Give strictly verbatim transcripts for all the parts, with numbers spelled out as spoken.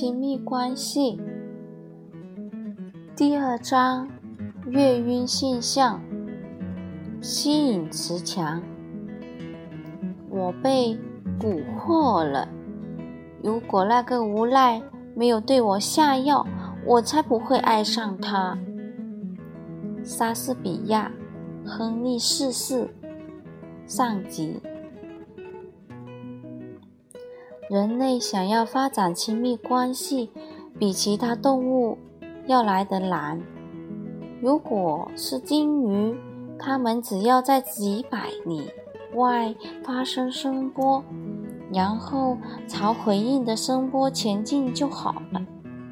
亲密关系。第二章，月晕现象，吸引磁强。我被蛊惑了，如果那个无赖没有对我下药，我才不会爱上他。莎士比亚，亨利四世，上集。人类想要发展亲密关系，比其他动物要来得难。如果是鲸鱼，它们只要在几百里外发生声波，然后朝回应的声波前进就好了。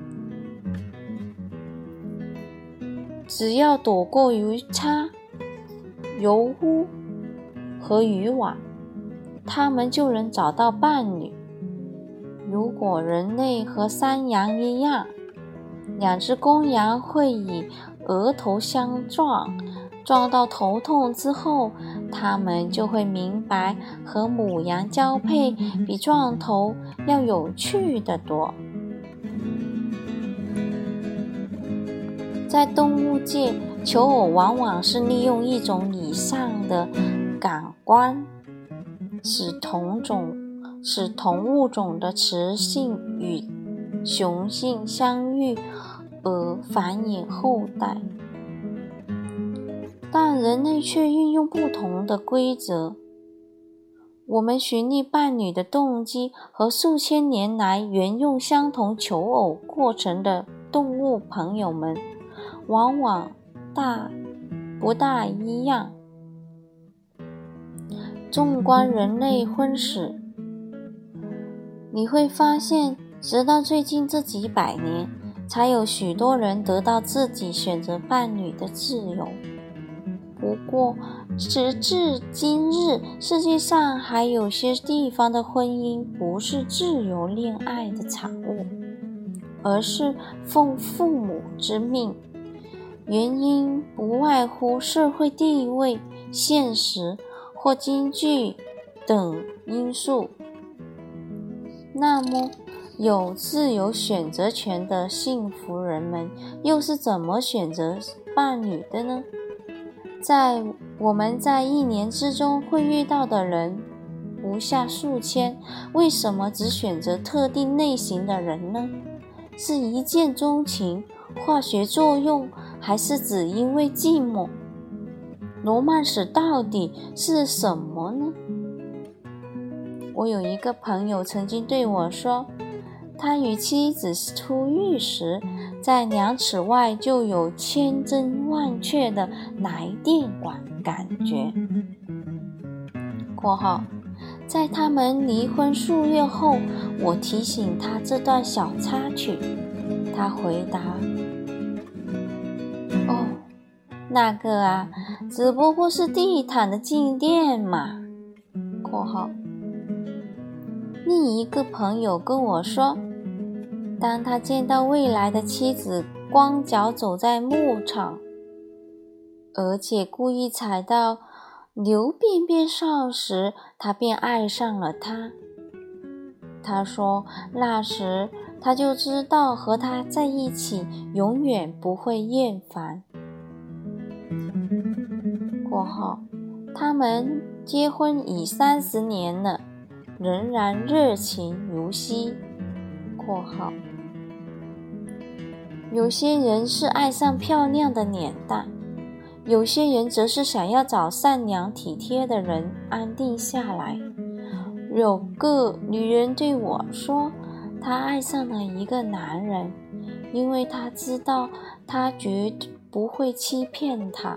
只要躲过鱼叉、油污和渔网，它们就能找到伴侣。如果人类和山羊一样，两只公羊会以额头相撞，撞到头痛之后，它们就会明白和母羊交配比撞头要有趣得多。在动物界，求偶往往是利用一种以上的感官，使同种使同物种的雌性与雄性相遇而繁衍后代，但人类却运用不同的规则。我们寻觅伴侣的动机和数千年来沿用相同求偶过程的动物朋友们往往大不大一样。纵观人类婚史，你会发现，直到最近这几百年，才有许多人得到自己选择伴侣的自由。不过，直至今日，世界上还有些地方的婚姻不是自由恋爱的产物，而是奉父母之命。原因不外乎社会地位、现实或经济等因素。那么，有自由选择权的幸福人们又是怎么选择伴侣的呢？在我们在一年之中会遇到的人不下数千，为什么只选择特定类型的人呢？是一见钟情、化学作用，还是只因为寂寞？罗曼史到底是什么呢？我有一个朋友曾经对我说，他与妻子出浴时，在两尺外就有千真万确的来电感感觉。括号在他们离婚数月后，我提醒他这段小插曲，他回答：哦，那个啊，只不过是地毯的静电嘛。括号另一个朋友跟我说，当他见到未来的妻子光脚走在牧场，而且故意踩到牛便便上时，他便爱上了她。他说，那时他就知道和他在一起永远不会厌烦。括号他们结婚已三十年了，仍然热情如昔。括号有些人是爱上漂亮的脸蛋，有些人则是想要找善良体贴的人安定下来。有个女人对我说，她爱上了一个男人，因为她知道他绝不会欺骗她。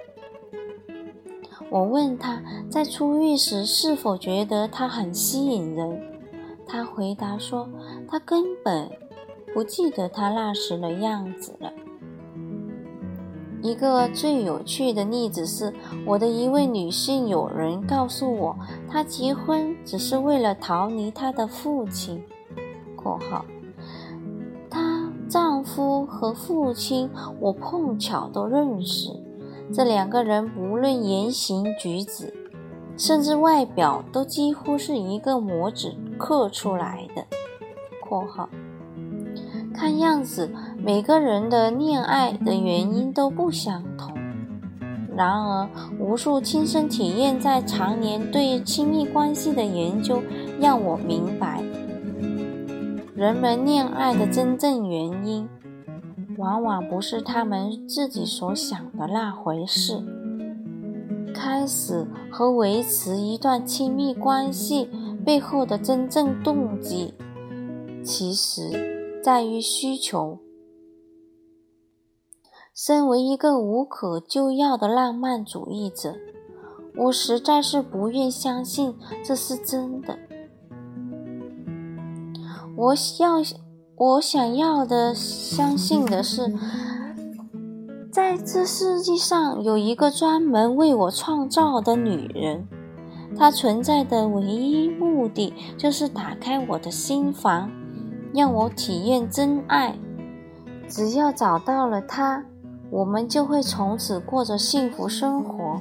我问她在出狱时是否觉得他很吸引人，她回答说，她根本不记得他那时的样子了。一个最有趣的例子是，我的一位女性友人告诉我，她结婚只是为了逃离她的父亲。括号她丈夫和父亲我碰巧都认识，这两个人无论言行举止，甚至外表都几乎是一个模子刻出来的。括号看样子每个人的恋爱的原因都不相同。然而，无数亲身体验在常年对亲密关系的研究让我明白，人们恋爱的真正原因往往不是他们自己所想的那回事。开始和维持一段亲密关系背后的真正动机，其实在于需求。身为一个无可救药的浪漫主义者，我实在是不愿相信这是真的。我要我想要的相信的是，在这世界上有一个专门为我创造的女人，她存在的唯一目的就是打开我的心房，让我体验真爱。只要找到了她，我们就会从此过着幸福生活，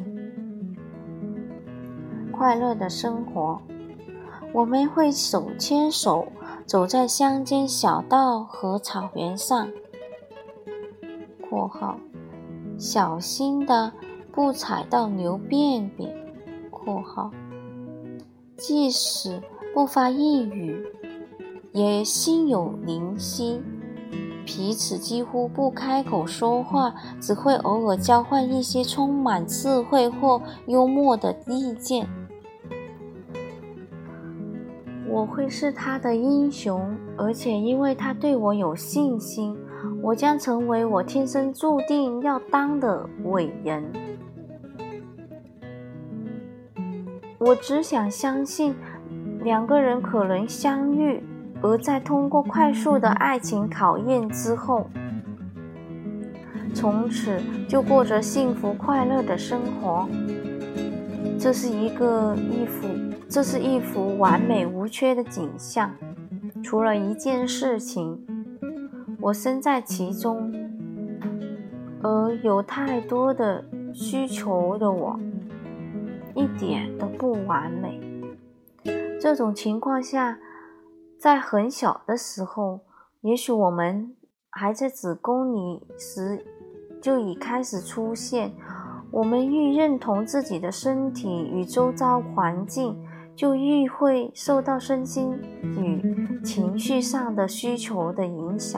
快乐的生活。我们会手牵手走在乡间小道和草原上（括号小心的不踩到牛便便）（括号即使不发一语，也心有灵犀，彼此几乎不开口说话，只会偶尔交换一些充满智慧或幽默的意见。我会是他的英雄，而且因为他对我有信心，我将成为我天生注定要当的伟人。我只想相信，两个人可能相遇，而在通过快速的爱情考验之后，从此就过着幸福快乐的生活。这是一个一幅这是一幅完美无缺的景象，除了一件事情，我身在其中，而有太多的需求的我，一点都不完美。这种情况下，在很小的时候，也许我们还在子宫里时就已开始出现，我们愈认同自己的身体与周遭环境，就愈会受到身心与情绪上的需求的影响。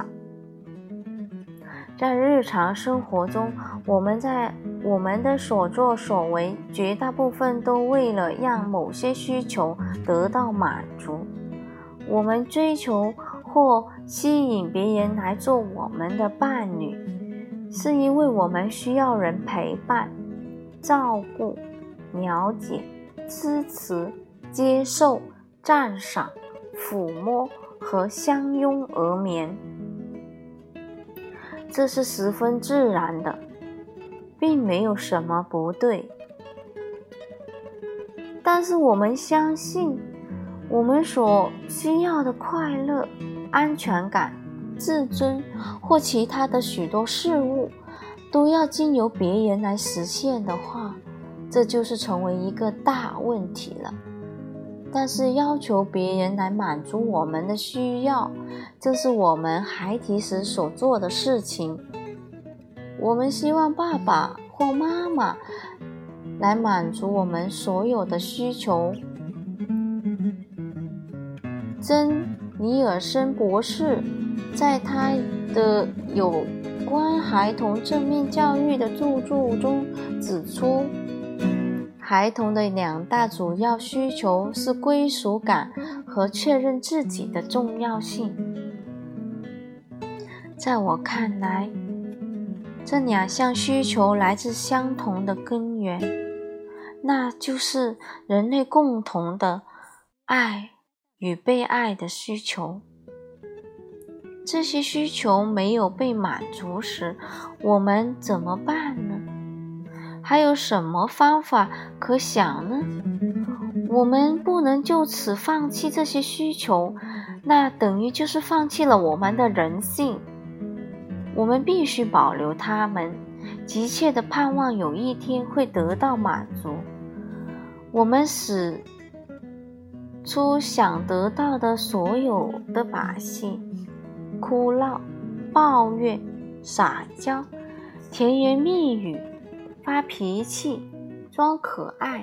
在日常生活中，我们在我们的所作所为，绝大部分都为了让某些需求得到满足。我们追求或吸引别人来做我们的伴侣，是因为我们需要人陪伴、照顾、了解、支持、接受、赞赏、抚摸和相拥而眠。这是十分自然的，并没有什么不对。但是我们相信，我们所需要的快乐、安全感、自尊或其他的许多事物，都要经由别人来实现的话，这就是成为一个大问题了。但是要求别人来满足我们的需要，这是我们孩提时所做的事情。我们希望爸爸或妈妈来满足我们所有的需求。珍尼尔森博士在他的有关孩童正面教育的著作中指出，孩童的两大主要需求是归属感和确认自己的重要性。在我看来，这两项需求来自相同的根源，那就是人类共同的爱与被爱的需求。这些需求没有被满足时，我们怎么办呢？还有什么方法可想呢？我们不能就此放弃这些需求，那等于就是放弃了我们的人性。我们必须保留它们，急切地盼望有一天会得到满足。我们使出想得到的所有的把戏， 哭闹、抱怨、撒娇、甜言蜜语、发脾气、装可爱，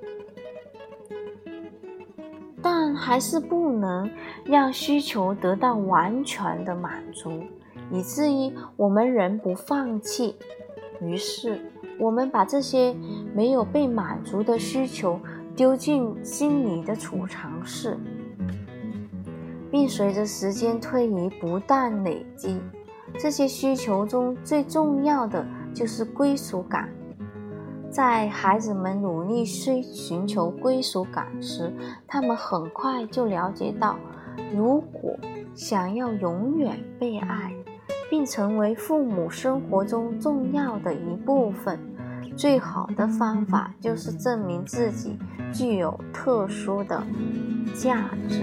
但还是不能让需求得到完全的满足，以至于我们仍不放弃。于是我们把这些没有被满足的需求丢进心里的储藏室，并随着时间推移不断累积。这些需求中最重要的就是归属感。在孩子们努力追寻求归属感时，他们很快就了解到，如果想要永远被爱，并成为父母生活中重要的一部分，最好的方法就是证明自己具有特殊的价值。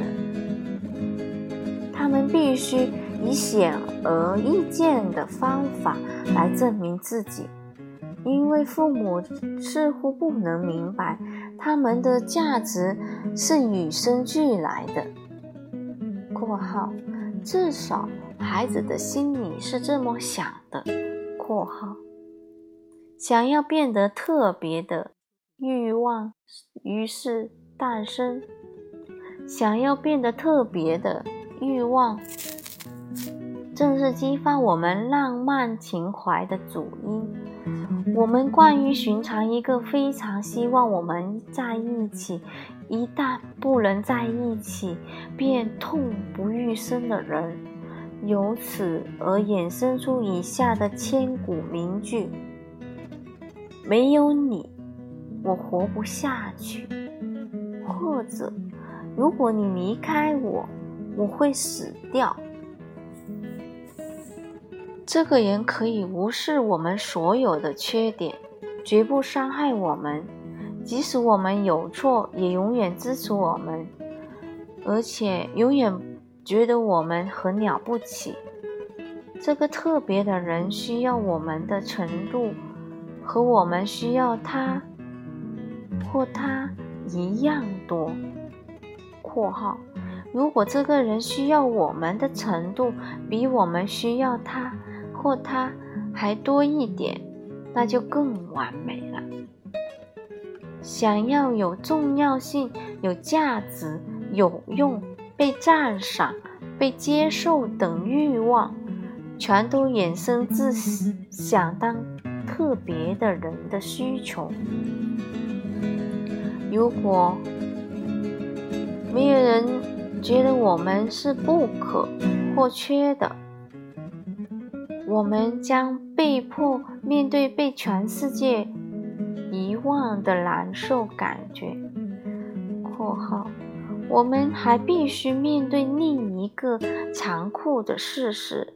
他们必须以显而易见的方法来证明自己，因为父母似乎不能明白他们的价值是与生俱来的（括号至少孩子的心里是这么想的）括号想要变得特别的欲望于是诞生。想要变得特别的欲望正是激发我们浪漫情怀的主因。我们惯于寻常一个非常希望我们在一起，一旦不能在一起便痛不欲生的人，由此而衍生出以下的千古名句：没有你我活不下去，或者如果你离开我，我会死掉。这个人可以无视我们所有的缺点，绝不伤害我们，即使我们有错，也永远支持我们，而且永远觉得我们很了不起。这个特别的人需要我们的程度和我们需要他或他一样多（括号如果这个人需要我们的程度比我们需要他或他还多一点，那就更完美了。想要有重要性、有价值、有用、被赞赏、被接受等欲望，全都衍生自想当特别的人的需求。如果没有人觉得我们是不可或缺的，我们将被迫面对被全世界遗忘的难受感觉（括号我们还必须面对另一个残酷的事实，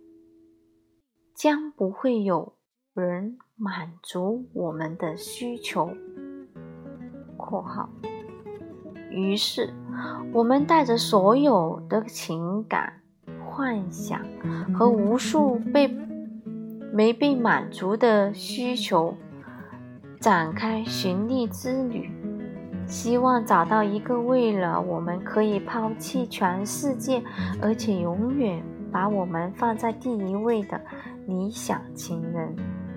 将不会有人满足我们的需求）（括号于是我们带着所有的情感、幻想和无数被没被满足的需求，展开寻觅之旅，希望找到一个为了我们可以抛弃全世界，而且永远把我们放在第一位的理想情人。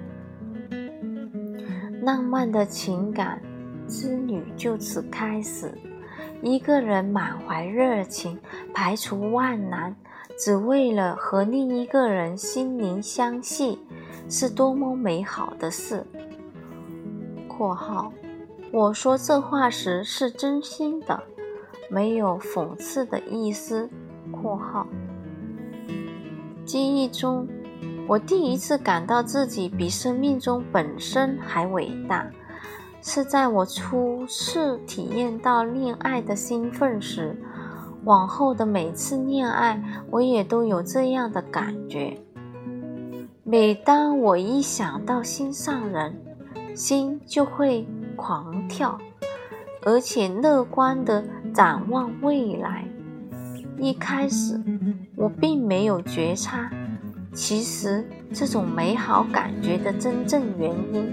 浪漫的情感之旅就此开始。一个人满怀热情，排除万难，只为了和另一个人心灵相系，是多么美好的事（括号我说这话时是真心的，没有讽刺的意思）（括号记忆中，我第一次感到自己比生命中本身还伟大，是在我初次体验到恋爱的兴奋时。往后的每次恋爱，我也都有这样的感觉。每当我一想到心上人，心就会狂跳，而且乐观地展望未来。一开始，我并没有觉察，其实这种美好感觉的真正原因，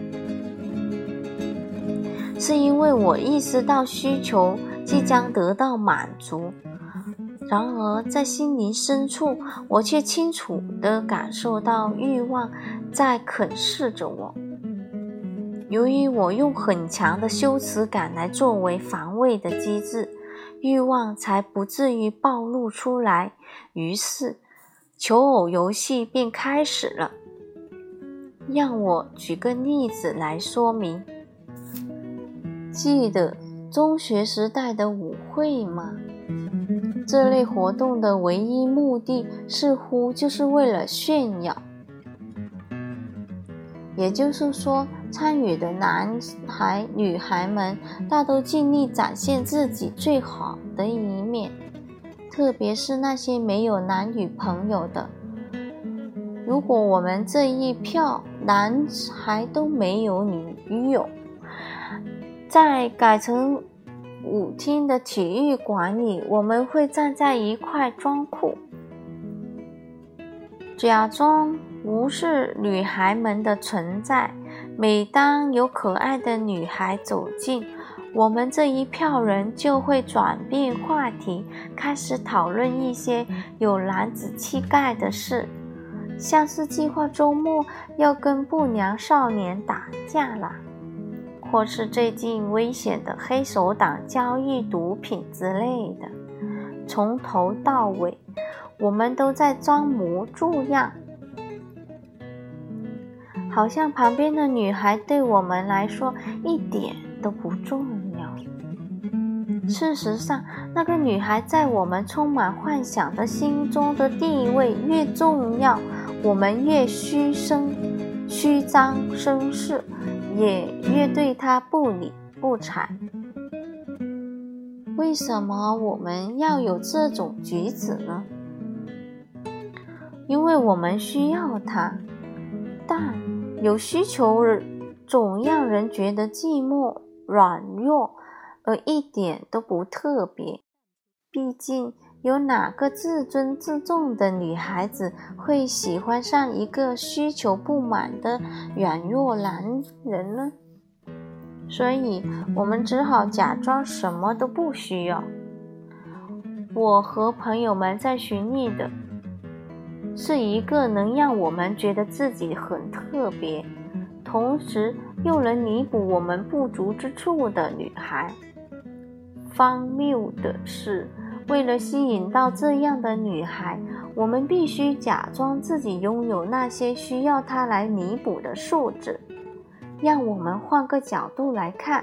是因为我意识到需求即将得到满足， 然而在心灵深处，我却清楚地感受到欲望在啃噬着我。由于我用很强的羞耻感来作为防卫的机制，欲望才不至于暴露出来，于是求偶游戏便开始了。让我举个例子来说明。记得中学时代的舞会吗？这类活动的唯一目的似乎就是为了炫耀，也就是说，参与的男孩女孩们大都尽力展现自己最好的一面，特别是那些没有男女朋友的。如果我们这一票男孩都没有女友，在改成舞厅的体育馆里，我们会站在一块装酷，假装无视女孩们的存在。每当有可爱的女孩走近，我们这一票人就会转变话题，开始讨论一些有男子气概的事，像是计划周末要跟不良少年打架啦，或是最近危险的黑手党交易毒品之类的。从头到尾，我们都在装模作样，好像旁边的女孩对我们来说一点都不重要。事实上，那个女孩在我们充满幻想的心中的地位越重要，我们越虚声虚张声势，也越对她不理不睬。为什么我们要有这种举止呢？因为我们需要她，但有需求总让人觉得寂寞、软弱，而一点都不特别。毕竟，有哪个自尊自重的女孩子会喜欢上一个需求不满的软弱男人呢？所以，我们只好假装什么都不需要。我和朋友们在寻觅的是一个能让我们觉得自己很特别，同时又能弥补我们不足之处的女孩。荒谬的是，为了吸引到这样的女孩，我们必须假装自己拥有那些需要她来弥补的素质。让我们换个角度来看，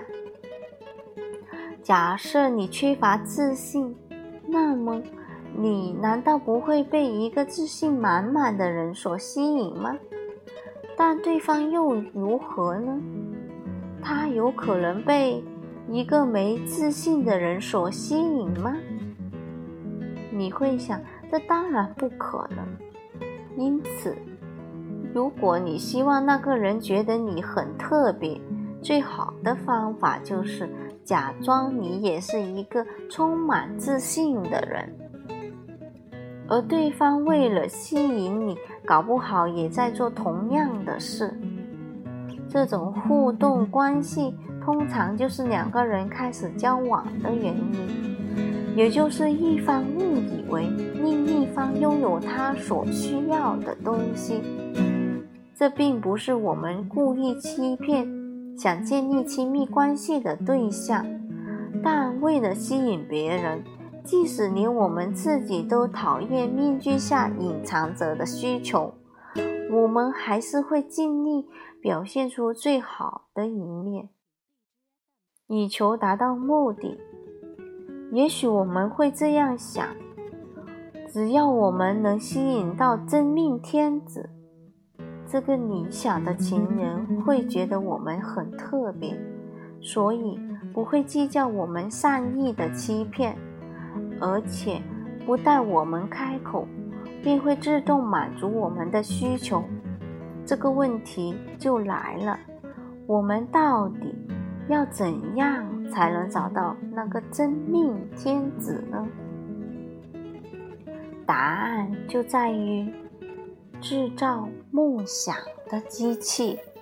假设你缺乏自信，那么你难道不会被一个自信满满的人所吸引吗？但对方又如何呢？他有可能被一个没自信的人所吸引吗？你会想，这当然不可能。因此，如果你希望那个人觉得你很特别，最好的方法就是假装你也是一个充满自信的人，而对方为了吸引你，搞不好也在做同样的事。这种互动关系通常就是两个人开始交往的原因，也就是一方误以为另一方拥有他所需要的东西。这并不是我们故意欺骗想建立亲密关系的对象，但为了吸引别人，即使连我们自己都讨厌面具下隐藏着的需求，我们还是会尽力表现出最好的一面，以求达到目的。也许我们会这样想，只要我们能吸引到真命天子，这个理想的情人会觉得我们很特别，所以不会计较我们善意的欺骗，而且不待我们开口，便会自动满足我们的需求。这个问题就来了，我们到底要怎样才能找到那个真命天子呢？答案就在于制造梦想的机器。